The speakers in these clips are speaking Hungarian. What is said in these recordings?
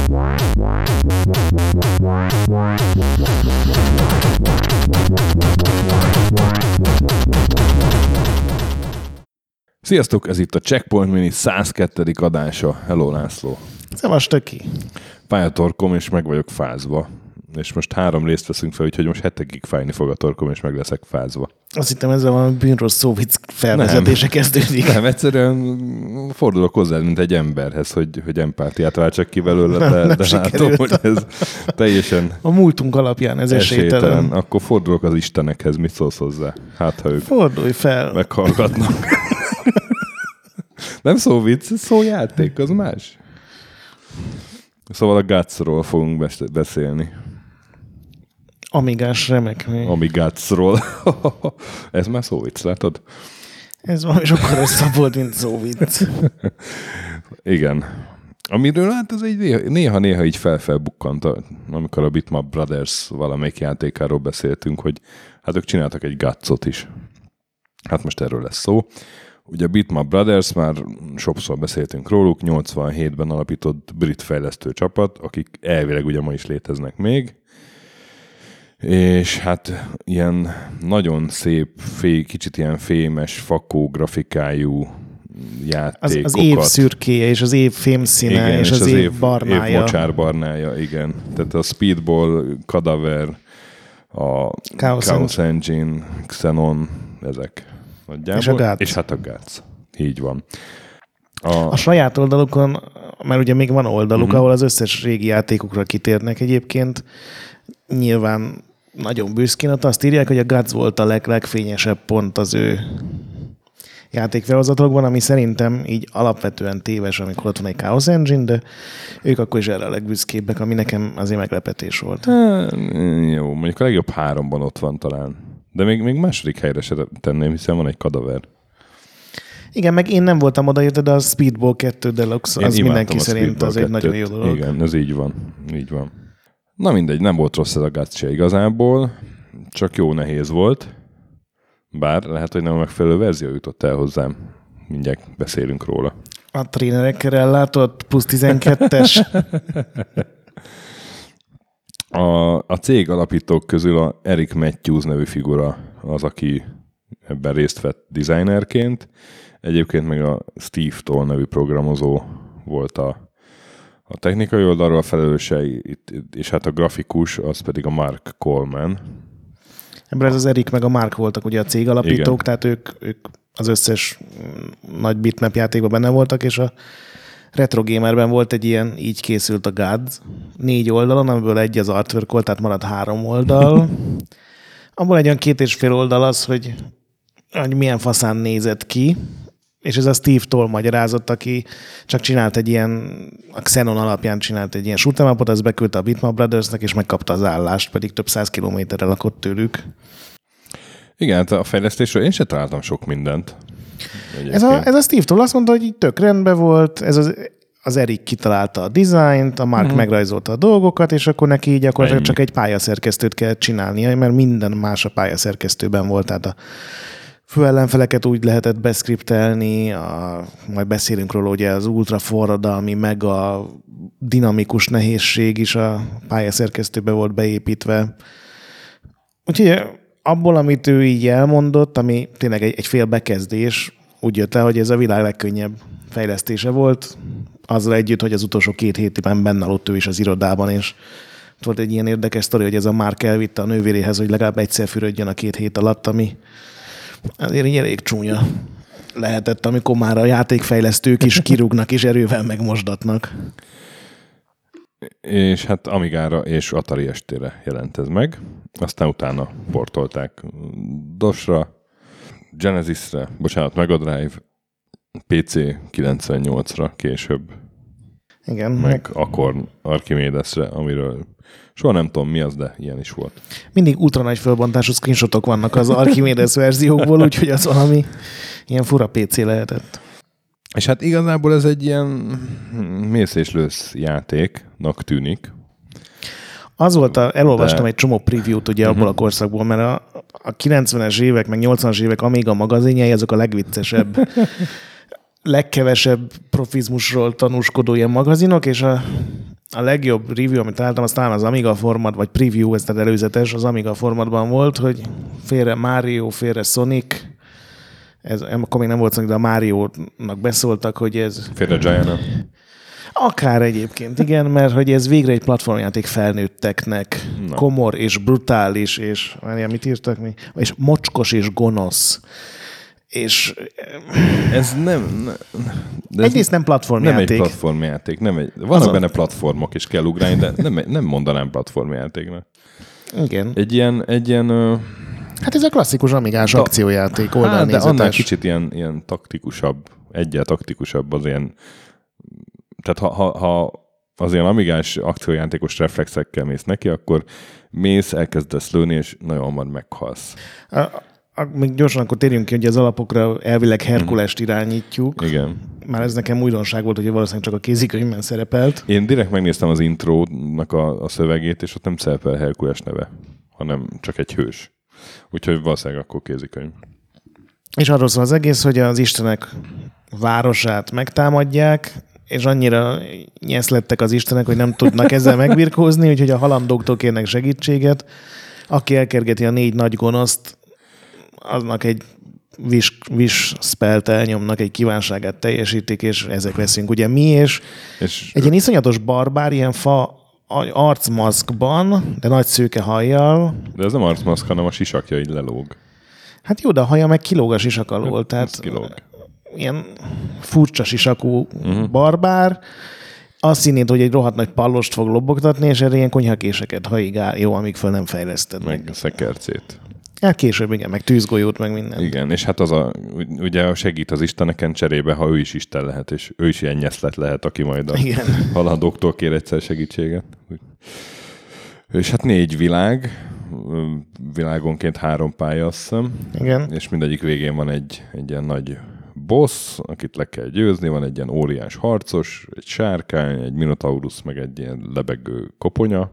Sziasztok, ez itt a Checkpoint Mini 102. adása. Hello, László. Szevasz, Töki. Fáj a torkom, és meg vagyok fázva. És most 3 részt veszünk fel, úgyhogy most hetekig fájni fog a torkom, és meg leszek fázva. Azt hittem, ezzel valami bűnrossz szóvic felvezetése kezdődik. Nem, egyszerűen fordulok hozzá, mint egy emberhez, hogy empátiát váltsak ki belőle, de látom, hogy ez teljesen a múltunk alapján ez esélytelen. Akkor fordulok az istenekhez, mit szólsz hozzá? Hát, ha ők fordulj fel. Meghallgatnak. Nem szóvic, szójáték, az más. Szóval a Gutsról fogunk beszélni. Amigás remek. Amigátsról. Ez már szóvic, látod? Ez valami sokkal rosszabb volt, mint szóvic. Igen. Amiről hát ez egy néha-néha így felbukkant, amikor a Bitmap Brothers valamelyik játékáról beszéltünk, hogy hát ők csináltak egy Gutsot is. Hát most erről lesz szó. Ugye a Bitmap Brothers, már sokszor beszéltünk róluk, 87-ben alapított brit fejlesztő csapat, akik elvileg ugye ma is léteznek még, és hát ilyen nagyon szép, kicsit ilyen fémes, fakó grafikájú játékokat. Az év szürkéje, és az év fémszíne, igen, és az év barnája. Év mocsárbarnája, igen. Tehát a Speedball, Cadaver, a Chaos Engine, Xenon, ezek. Nagyjából. És hát a Guts. Így van. A saját oldalukon, mert ugye még van oldaluk, ahol az összes régi játékokra kitérnek egyébként. Nyilván nagyon büszkén ott azt írják, hogy a Guts volt a legfényesebb pont az ő játékfelhozatokban, ami szerintem így alapvetően téves, amikor ott van egy Chaos Engine, de ők akkor is erre a legbüszkébbek, ami nekem azért meglepetés volt. Jó, mondjuk a legjobb 3-ban ott van talán. De még második helyre se tenném, hiszen van egy Cadaver. Igen, meg én nem voltam odaérte, de a Speedball 2 Deluxe, az mindenki szerint az egy nagyon jó dolog. Igen, ez így van. Így van. Na mindegy, nem volt rossz ez a Guts se igazából, csak jó nehéz volt. Bár lehet, hogy nem a megfelelő verzió jutott el hozzám. Mindjárt beszélünk róla. A trénerekkel ellátott plusz 12-es. A cég alapítók közül a Eric Matthews nevű figura az, aki ebben részt vett designerként. Egyébként meg a Steve Toll nevű programozó volt a technikai oldalról a felelőse, és hát a grafikus, az pedig a Mark Coleman. Ebben ez az Eric meg a Mark voltak ugye a cég alapítók, igen. Tehát ők az összes nagy bitmap játékban benne voltak, és a Retro Gamerben volt egy ilyen, így készült a Guts, 4 oldalon, amiből egy az artwork volt, tehát maradt 3 oldal. Abból egy olyan 2,5 oldal az, hogy milyen faszán nézett ki, és ez a Steve Toll magyarázott, aki csak csinált egy ilyen, a Xenon alapján csinált egy ilyen shoot'em upot, az beküldte a Bitmap Brothersnek, és megkapta az állást, pedig több 100 kilométerre lakott tőlük. Igen, hát a fejlesztésről én sem találtam sok mindent. Ez a Steve Toll azt mondta, hogy így tök rendben volt, ez az Eric kitalálta a dizájnt, a Mark megrajzolta a dolgokat, és akkor neki így gyakorlatilag csak egy pályaszerkesztőt kell csinálnia, mert minden más a pályaszerkesztőben volt, tehát a főellenfeleket úgy lehetett beszkriptelni, majd beszélünk róla, ugye az ultraforradalmi, meg a dinamikus nehézség is a pályaszerkesztőbe volt beépítve. Úgyhogy abból, amit ő így elmondott, ami tényleg egy fél bekezdés, úgy jött el, hogy ez a világ legkönnyebb fejlesztése volt, azzal együtt, hogy az utolsó 2 hétben benne aludt ő is az irodában, és volt egy ilyen érdekes sztori, hogy ez a Mark elvitte a nővéréhez, hogy legalább egyszer fürödjön a 2 hét alatt, ami azért így elég csúnya lehetett, amikor már a játékfejlesztők is kirúgnak és erővel megmosdatnak. És hát Amigára és Atari ST-re jelent ez meg. Aztán utána portolták DOS-ra, Genesisre, Mega Drive, PC 98-ra később. Igen. Meg Acorn Archimedesre, amiről soha nem tudom mi az, de ilyen is volt. Mindig ultra nagy fölbontású screenshotok vannak az Archimedes verziókból, úgyhogy az valami ilyen fura PC lehetett. És hát igazából ez egy ilyen mész és lősz játéknak tűnik. Az volt, elolvastam egy csomó preview-t ugye abból a korszakból, mert a 90-es évek, meg 80-as évek Amiga magazinjai, azok a legviccesebb, legkevesebb profizmusról tanúskodó ilyen magazinok, és a legjobb review, amit találtam, az talán az Amiga format, vagy preview, ez tehát előzetes, az Amiga formatban volt, hogy félre Mario, félre Sonic, ez akkor még nem volt Sonic, de a Mario-nak beszóltak, hogy ez... Félre Giant. Akár egyébként, igen, mert hogy ez végre egy platformjáték felnőtteknek. Na. Komor és brutális, és várjál, mit írtak mi? És mocskos és gonosz. És ez nem... Egyrészt nem platformjáték. Nem egy platformjáték. Vannak benne platformok, és kell ugrálni, de nem mondanám platformjátéknak. Igen. Egy ilyen hát ez a klasszikus amigás akciójáték oldalnézetes. De annál kicsit ilyen taktikusabb, egyel taktikusabb az ilyen... Tehát ha az ilyen amigás akciójátékos reflexekkel mész neki, akkor mész, elkezdesz lőni, és nagyon hamar meghalsz. Még gyorsan akkor térjünk ki, hogy az alapokra elvileg Herkulest irányítjuk. Igen. Már ez nekem újdonság volt, hogy valószínűleg csak a kézikönyvben szerepelt. Én direkt megnéztem az intrónak a szövegét, és ott nem szerepel Herkules neve, hanem csak egy hős. Úgyhogy valószínűleg akkor kézikönyv. És arról szól az egész, hogy az istenek városát megtámadják, és annyira nyeszlettek az istenek, hogy nem tudnak ezzel megbirkózni, úgyhogy a halandóktól kérnek segítséget. Aki elkergeti a 4 nagy gonoszt, aznak egy wish spellt elnyomnak, egy kívánságát teljesítik, és ezek leszünk. Ugye mi, és egy ilyen iszonyatos barbár, ilyen fa arcmaszkban, de nagy szőke hajjal. De ez nem arcmaszk, hanem a sisakja így lelóg. Hát jó, de a haja meg kilóg a sisak alól, tehát ilyen furcsa sisakú barbár. Azt hinnéd, hogy egy rohadt nagy pallost fog lobogtatni, és erre ilyen konyhakéseket haigál, jó, amíg föl nem fejleszted. Meg a szekercét. Hát később, igen, meg tűzgolyót, meg minden. Igen, és hát ugye segít az isteneken cserébe, ha ő is isten lehet, és ő is ilyen nyeszlet lehet, aki majd a halandóktól kér egyszer segítséget. És hát 4 világonként 3 pálya, azt hiszem. Igen. És mindegyik végén van egy ilyen nagy boss, akit le kell győzni, van egy ilyen óriás harcos, egy sárkány, egy minotaurus, meg egy ilyen lebegő koponya.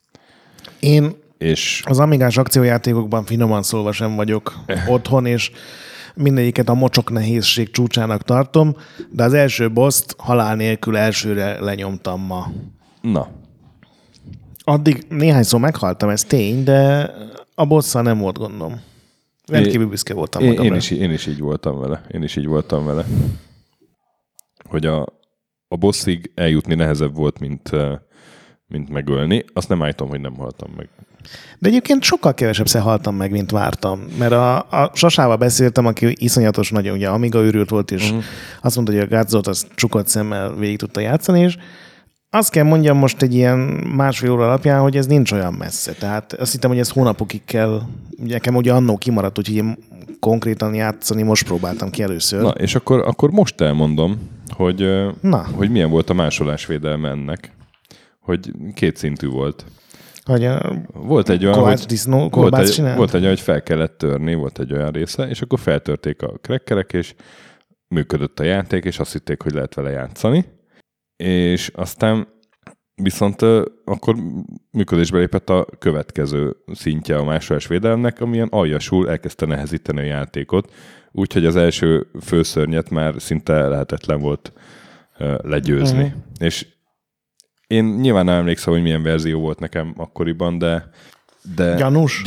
És az amigás akciójátékokban finoman szólva sem vagyok otthon, és mindegyiket a mocsok nehézség csúcsának tartom, de az első boszt halál nélkül elsőre lenyomtam ma. Na. Addig néhányszor meghaltam, ez tény, de a bosszal nem volt gondom. Rendkívül büszke voltam magamra. Én is így voltam vele. Hogy a bosszig eljutni nehezebb volt, mint megölni. Azt nem állítom, hogy nem haltam meg. De egyébként sokkal kevesebbszer haltam meg, mint vártam. Mert a Sasával beszéltem, aki iszonyatos nagyon, ugye Amiga őrült volt, és azt mondta, hogy a Godzot az csukott szemmel végig tudta játszani, és azt kell mondjam most egy ilyen másfél óra alapján, hogy ez nincs olyan messze. Tehát azt hittem, hogy ez hónapokig kell, ugye nekem ugye annó kimaradt, úgyhogy én konkrétan játszani most próbáltam ki először. Na, és akkor most elmondom, hogy milyen volt a másolásvédelme ennek. Hogy 2 szintű volt. Volt egy olyan, hogy fel kellett törni, volt egy olyan része, és akkor feltörték a crackerek, és működött a játék, és azt hitték, hogy lehet vele játszani. És aztán viszont akkor működésbe lépett a következő szintje a másolásvédelemnek, amilyen aljasul elkezdte nehezíteni a játékot, úgyhogy az első főszörnyet már szinte lehetetlen volt legyőzni. És én nyilván nem emlékszem, hogy milyen verzió volt nekem akkoriban, de Gyanús.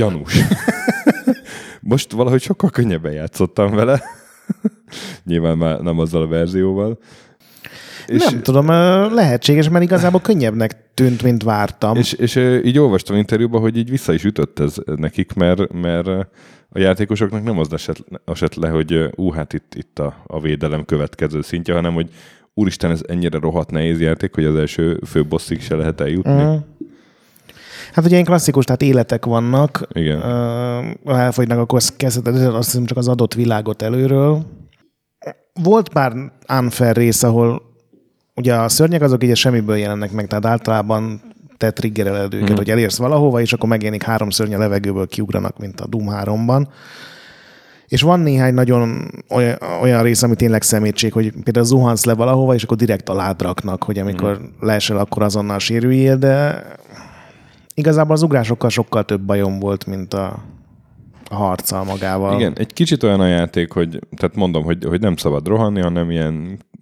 Most valahogy sokkal könnyebben játszottam vele. Nyilván már nem azzal a verzióval. Nem tudom, lehetséges, mert igazából könnyebbnek tűnt, mint vártam. És így olvastam interjúban, hogy így vissza is ütött ez nekik, mert a játékosoknak nem az esett le, hogy hát itt a védelem következő szintje, hanem hogy úristen, ez ennyire rohadt nehéz játék, hogy az első főbosszig se lehet eljutni. Hát ugye ilyen klasszikus, tehát életek vannak. Igen. Elfogynak, akkor kezdheted azt hiszem csak az adott világot előről. Volt pár unfair rész, ahol ugye a szörnyek azok így semmiből jelennek meg, tehát általában te triggereled őket, hogy elérsz valahova, és akkor megjelenik 3 szörny a levegőből, kiugranak, mint a Doom 3-ban. És van néhány nagyon olyan rész, ami tényleg szemétség, hogy például zuhansz le valahova, és akkor direkt alád raknak, hogy amikor leesel, akkor azonnal sérüljél, de igazából az ugrásokkal sokkal több bajom volt, mint a harccal magával. Igen, egy kicsit olyan a játék, hogy tehát mondom, hogy nem szabad rohanni, hanem ilyen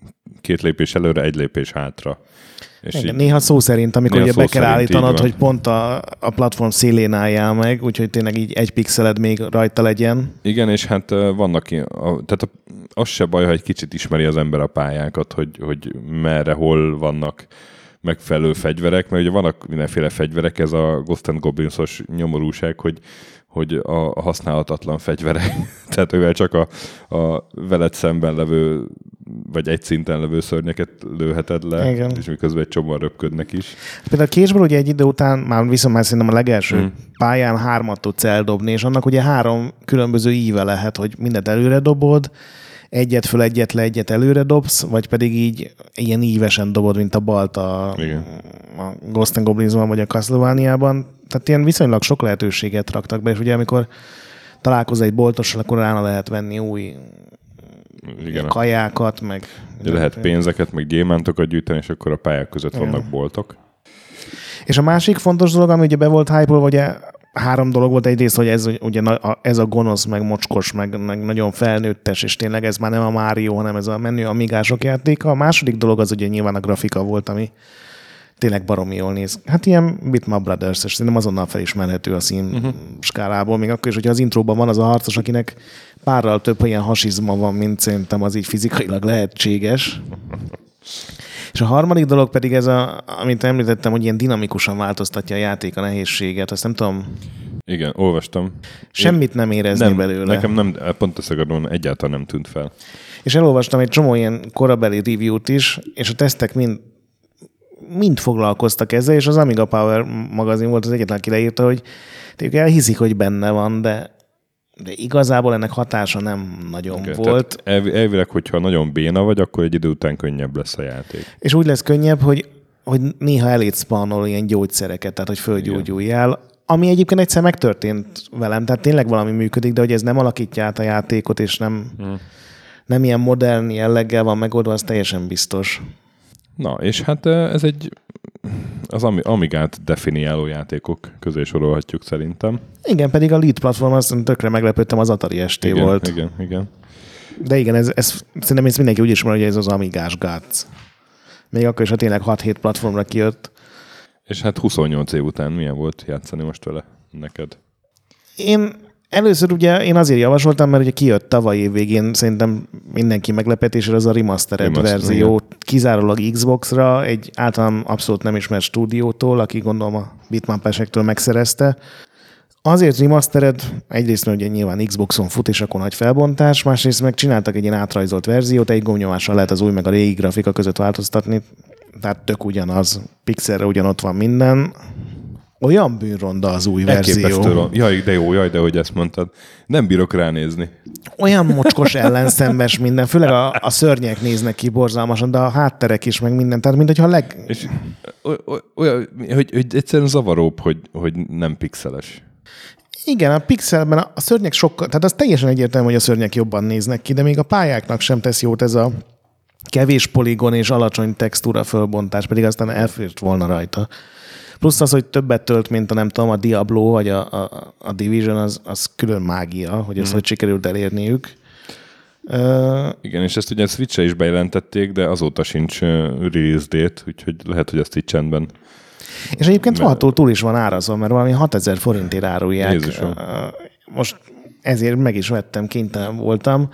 2 lépés előre, 1 lépés hátra. És igen, néha szó szerint, amikor ugye be kell állítanod, hogy pont a platform szélén álljál meg, úgyhogy tényleg így 1 pixeled még rajta legyen. Igen, és hát vannak, tehát az se baj, ha egy kicsit ismeri az ember a pályákat, hogy merre, hol vannak megfelelő fegyverek, mert ugye vannak mindenféle fegyverek, ez a Ghost and Goblins-os nyomorúság, hogy a használhatatlan fegyverek, tehát mivel csak a veled szemben levő, vagy egy szinten levő szörnyeket lőheted le, igen. És miközben egy csomóan röpködnek is. Például a Cage-ből ugye egy idő után, viszont már szerintem a legelső pályán 3-at tudsz eldobni, és annak ugye 3 különböző íve lehet, hogy mindent előre dobod, egyet föl, egyet le, egyet előre dobsz, vagy pedig így ilyen ívesen dobod, mint a balt a Ghost and Goblinsban, vagy a Castlevania-ban. Tehát ilyen viszonylag sok lehetőséget raktak be, és ugye amikor találkozol egy boltossal, akkor rána lehet venni új kajákat, meg... Lehet pénzeket, meg gyémántokat gyűjteni, és akkor a pályák között vannak boltok. És a másik fontos dolog, ami ugye be volt hype-olva, ugye 3 dolog volt. Egyrészt, hogy ez a gonosz, meg mocskos, meg nagyon felnőttes, és tényleg ez már nem a Mario, hanem ez a menő amigások játéka. A második dolog az ugye nyilván a grafika volt, ami tényleg baromi jól néz. Hát ilyen Bitmap Brothers, és szerintem azonnal felismerhető a szín skálából, még akkor is, hogyha az intróban van az a harcos, akinek párral több ilyen hasizma van, mint szerintem az így fizikailag lehetséges. És a harmadik dolog pedig ez, amit említettem, hogy ilyen dinamikusan változtatja a játék a nehézséget. Azt nem tudom... Igen, olvastam. Semmit nem érezni belőle. Nekem nem, pont ezt akarom, egyáltalán nem tűnt fel. És elolvastam egy csomó ilyen korabeli review-t is, és a tesztek mind foglalkoztak ezzel, és az Amiga Power magazin volt az egyetlen, aki leírta, hogy ők elhiszik, hogy benne van, de igazából ennek hatása nem nagyon volt. Elvileg, hogyha nagyon béna vagy, akkor egy idő után könnyebb lesz a játék. És úgy lesz könnyebb, hogy néha elét spannol ilyen gyógyszereket, tehát hogy fölgyógyuljál, ami egyébként egyszer megtörtént velem, tehát tényleg valami működik, de hogy ez nem alakítja át a játékot, és nem ilyen modern jelleggel van megoldva, az teljesen biztos. Na, és hát ez az Amigát definiáló játékok közé sorolhatjuk szerintem. Igen, pedig a lead platform, azt tökre meglepődtem, az Atari ST volt. Igen. De igen, szerintem ezt mindenki úgy ismer, hogy ez az Amigás Guts. Még akkor is, ha tényleg 6-7 platformra kijött. És hát 28 év után milyen volt játszani most vele neked? Először ugye én azért javasoltam, mert ugye kijött tavaly év végén, szerintem mindenki meglepetésre az a remastered verzió, igen. Kizárólag Xbox-ra, egy általán abszolút nem ismert stúdiótól, aki gondolom a Bitmap-esektől megszerezte. Azért remastered, egyrészt mert ugye nyilván Xboxon fut, és akkor nagy felbontás, másrészt meg csináltak egy ilyen átrajzolt verziót, egy gombnyomással lehet az új meg a régi grafika között változtatni, tehát tök ugyanaz, pixelre ugyanott van minden. Olyan bűnronda az új verzió. Jaj, de hogy ezt mondtad. Nem bírok ránézni. Olyan mocskos ellenszembes minden, főleg a szörnyek néznek ki borzalmasan, de a hátterek is, meg minden. Tehát minthogyha És olyan, hogy egyszerűen zavaróbb, hogy nem pixeles. Igen, a pixelben a szörnyek sokkal... Tehát az teljesen egyértelmű, hogy a szörnyek jobban néznek ki, de még a pályáknak sem tesz jót ez a kevés poligon és alacsony textúra fölbontás, pedig aztán elfért volna rajta. Plusz az, hogy többet tölt, mint a Diablo vagy a Division, az külön mágia, hogy ezt hogy sikerült elérniük. Igen, és ezt ugye Switch-re is bejelentették, de azóta sincs release date, úgyhogy lehet, hogy ezt így csendben... És egyébként rohadtul túl is van árazva, mert valami 6000 forintért árulják. Jézusom. Most ezért meg is vettem, kénytelen voltam.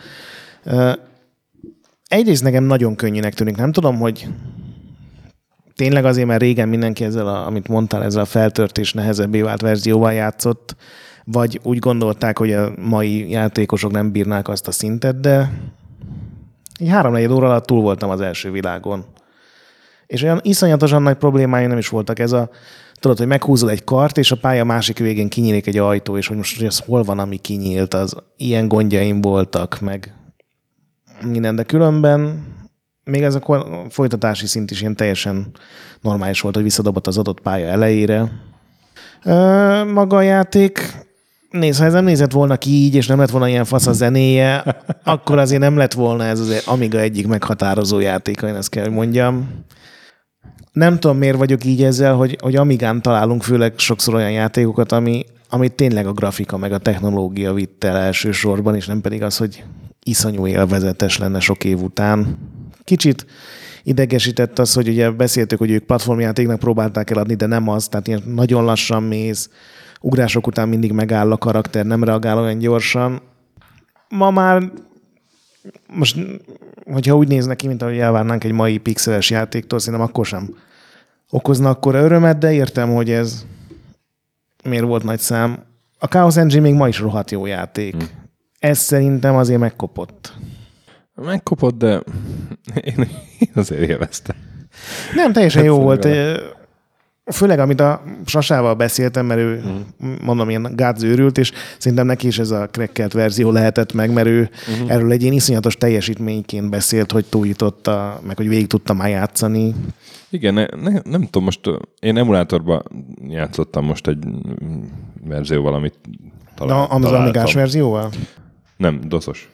Egyrészt nekem nagyon könnyűnek tűnik. Nem tudom, hogy tényleg azért, mert régen mindenki ezzel, amit mondtál, ezzel a feltört és nehezebbé vált verzióval játszott, vagy úgy gondolták, hogy a mai játékosok nem bírnák azt a szintet, de egy 3-4 óra alatt túl voltam az első világon. És olyan iszonyatosan nagy problémája nem is voltak. Tudod, hogy meghúzol egy kart, és a pálya másik végén kinyílik egy ajtó, és hogy most hogy az hol van, ami kinyílt, az ilyen gondjaim voltak, meg minden, de különben még ez a folytatási szint is ilyen teljesen normális volt, hogy visszadobott az adott pálya elejére. Maga a játék, ha ez nem nézett volna ki így, és nem lett volna ilyen fasz a zenéje, akkor azért nem lett volna ez az Amiga egyik meghatározó játéka, én ezt kell, hogy mondjam. Nem tudom, miért vagyok így ezzel, hogy Amigán találunk főleg sokszor olyan játékokat, ami tényleg a grafika meg a technológia vitt el elsősorban, és nem pedig az, hogy iszonyú élvezetes lenne sok év után. Kicsit idegesített az, hogy ugye beszéltük, hogy ők platformjátéknak próbálták eladni, de nem az, tehát ilyen nagyon lassan mész, ugrások után mindig megáll a karakter, nem reagál olyan gyorsan. Ma már most, hogyha úgy néznek ki, mint ahogy elvárnánk egy mai pixeles játéktól, szerintem akkor sem okozna akkora örömet, de értem, hogy ez miért volt nagy szám. A Chaos Engine még ma is rohadt jó játék. Ez szerintem azért megkopott. Megkopott, de én azért élveztem. Nem, teljesen jó volt. Főleg, amit a Sasával beszéltem, mert ő, mondom, ilyen gátszőrült, és szerintem neki is ez a crackelt verzió lehetett meg, mert ő erről egy ilyen iszonyatos teljesítményként beszélt, hogy túljutotta, meg hogy végig tudta már játszani. Igen, nem tudom, most én emulátorban játszottam most egy verzióval, amit találtam. Az Amigás verzióval? Nem, DOS-os.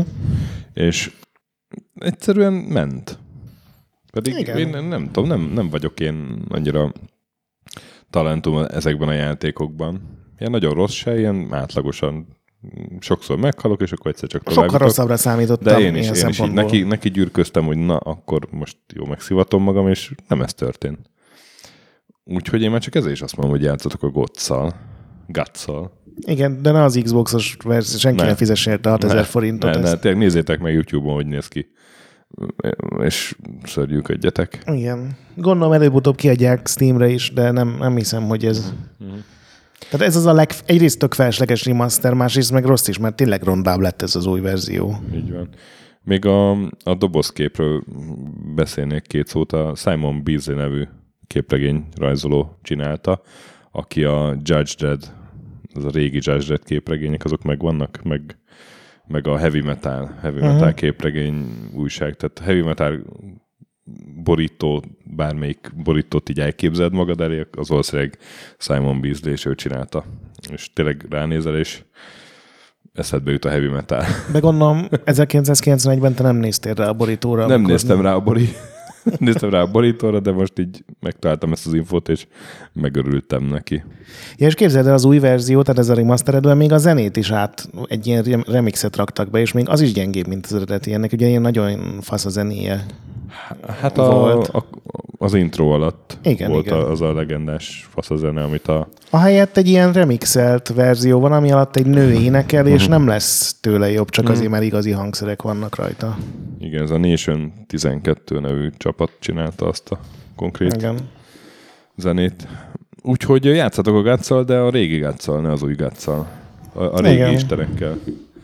És egyszerűen ment. Pedig én nem tudom, nem vagyok én annyira talentum ezekben a játékokban. Ilyen nagyon rossz se, ilyen átlagosan sokszor meghalok, és akkor egyszer csak tovább. Sokkal rosszabbra számítottam. De én is így neki gyűrköztem, hogy na, akkor most jó, megszivatom magam, és nem ez történt. Úgyhogy én már csak ezért is azt mondom, hogy játszatok a Guts-szal. Igen, de ne az Xbox-os verzió, senki ne fizessen érte 6000 forintot. Tényleg nézzétek meg YouTube-on, hogy néz ki. És szörnyűködjetek. Igen. Gondolom előbb-utóbb kiadják Steamre is, de nem hiszem, hogy ez... Tehát ez az egyrészt tök felesleges remaster, másrészt meg rossz is, mert tényleg rondább lett ez az új verzió. Így van. Még a dobozképről beszélnék 2 szót. A Simon Beasley nevű képregény rajzoló csinálta, aki a Judge Dredd, az a régi Judge Dredd képregények, azok megvannak, meg a Heavy Metal képregény újság. Tehát Heavy Metal borító, bármelyik borítót így elképzeld magad elé, az valószínűleg Simon Beasley, és ő csinálta. És tényleg ránézel, és eszedbe jut a Heavy Metal. De gondolom, 1991-ben te nem néztél rá a borítóra. Nem néztem rá a borítóra, de most így megtaláltam ezt az infót, és megörültem neki. Ja, és képzeld el, az új verzió, tehát ez a remasteredben még a zenét is egy ilyen remixet raktak be, és még az is gyengébb, mint az eredeti. Ennek ugye ilyen nagyon fasz a zenéje. Hát az intro alatt volt az a legendás fasz a zene, amit Ahelyett egy ilyen remixelt verzió van, ami alatt egy nő énekel, és nem lesz tőle jobb, csak azért, mert igazi hangszerek vannak rajta. Igen, ez a Nation 12 nevű csapat csinálta azt a konkrét zenét. Úgyhogy játszatok a Guts-szal, de a régi Guts-szal, ne az új Guts-szal. A régi istenekkel.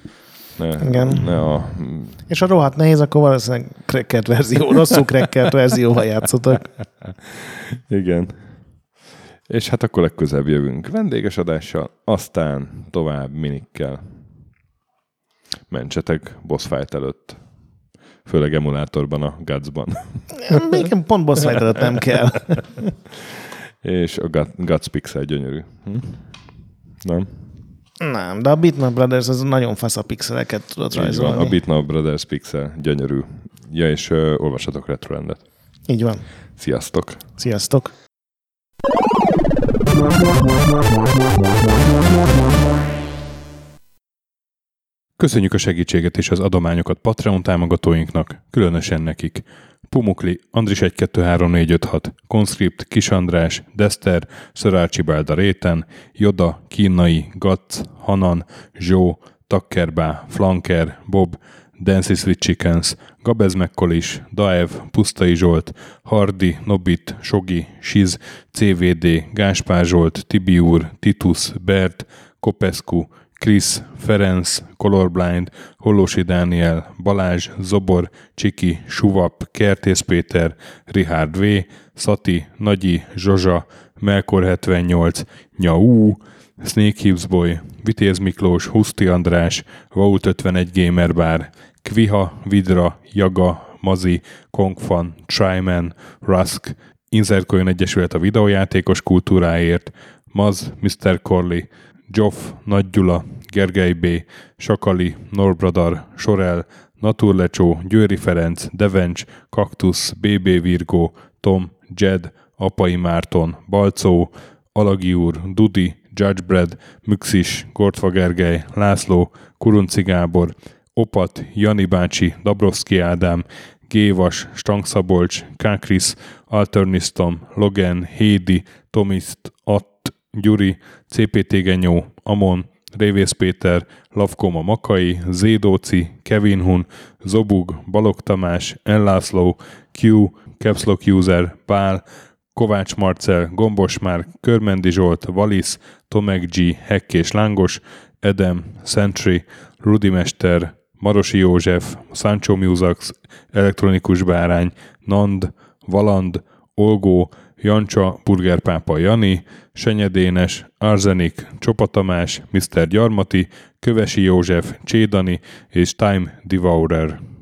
És ha rohadt nehéz, akkor valószínűleg crackelt verzió, rosszul crackelt verzióval játszotok. Igen. És hát akkor legközelebb jövünk vendéges adással, aztán tovább minikkel. Mentsetek boss fight előtt. Főleg emulátorban, a Guts-ban. Még pont boss fight előtt nem kell. És a Guts pixel gyönyörű. Nem? Nem, de a Bitmap Brothers az nagyon fasz a pixeleket tudod rajzolni. A Bitmap Brothers pixel gyönyörű. Ja, és olvassatok Retrolandet. Így van. Sziasztok! Sziasztok! Köszönjük a segítséget és az adományokat Patreon támogatóinknak, különösen nekik. Pumukli, Andris 123456, Conscript, Kis András, Dester, Sir Archibald a Réten, Joda, Kínai, Gatz, Hanan, Zsó, Takkerbá, Flanker, Bob, Dancy Sweet Chickens, Gabez Mekkolis, Daev, Pusztai Zsolt, Hardi, Nobit, Sogi, Siz, CVD, Gáspár Zsolt, Tibiúr, Titus, Bert, Kopescu, Krisz, Ferenc, Colorblind, Hollósi Dániel, Balázs, Zobor, Csiki, Suvap, Kertész Péter, Richard V, Szati, Nagyi, Zsozsa, Melkor 78, Nyau, Snake Hips Boy, Vitéz Miklós, Huszti András, Vault 51 Gamer Bar, Kviha, Vidra, Jaga, Mazi, Kongfan, Tryman, Rusk, Inzertcoin Egyesület a videójátékos kultúráért, Maz, Mr. Corley, Joff, Nagy Gyula, Gergely B., Sakali, Norbradar, Sorel, Naturlecsó, Győri Ferenc, Devencs, Kaktusz, BB Virgó, Tom, Jed, Apai Márton, Balcó, Alagi úr, Dudi, Judgebred, Müxis, Gortfa Gergely, László, Kurunci Gábor, Opat, Jani bácsi, Dabrowski Ádám, Gévas, Stangszabolcs, Kákris, Alternisztom, Logan, Hédi, Tomiszt, Att, Gyuri, CPT Genyó, Amon, Révész Péter, Lavkoma Makai, Zédóci, Kevin Hun, Zobug, Balog Tamás, Enlászló, Q, Capslock User, Pál, Kovács Marcel, Gombos Márk, Körmendi Zsolt, Valisz, Tomek G, Hekkés Lángos, Edem, Sentry, Rudimester, Marosi József, Sancho Musax, Elektronikus Bárány, Nand, Valand, Olgó, Jancsa, Burgerpápa Jani, Senyedénes, Arzenik, Csopa Tamás, Mr. Gyarmati, Kövesi József, Csédani és Time Devourer.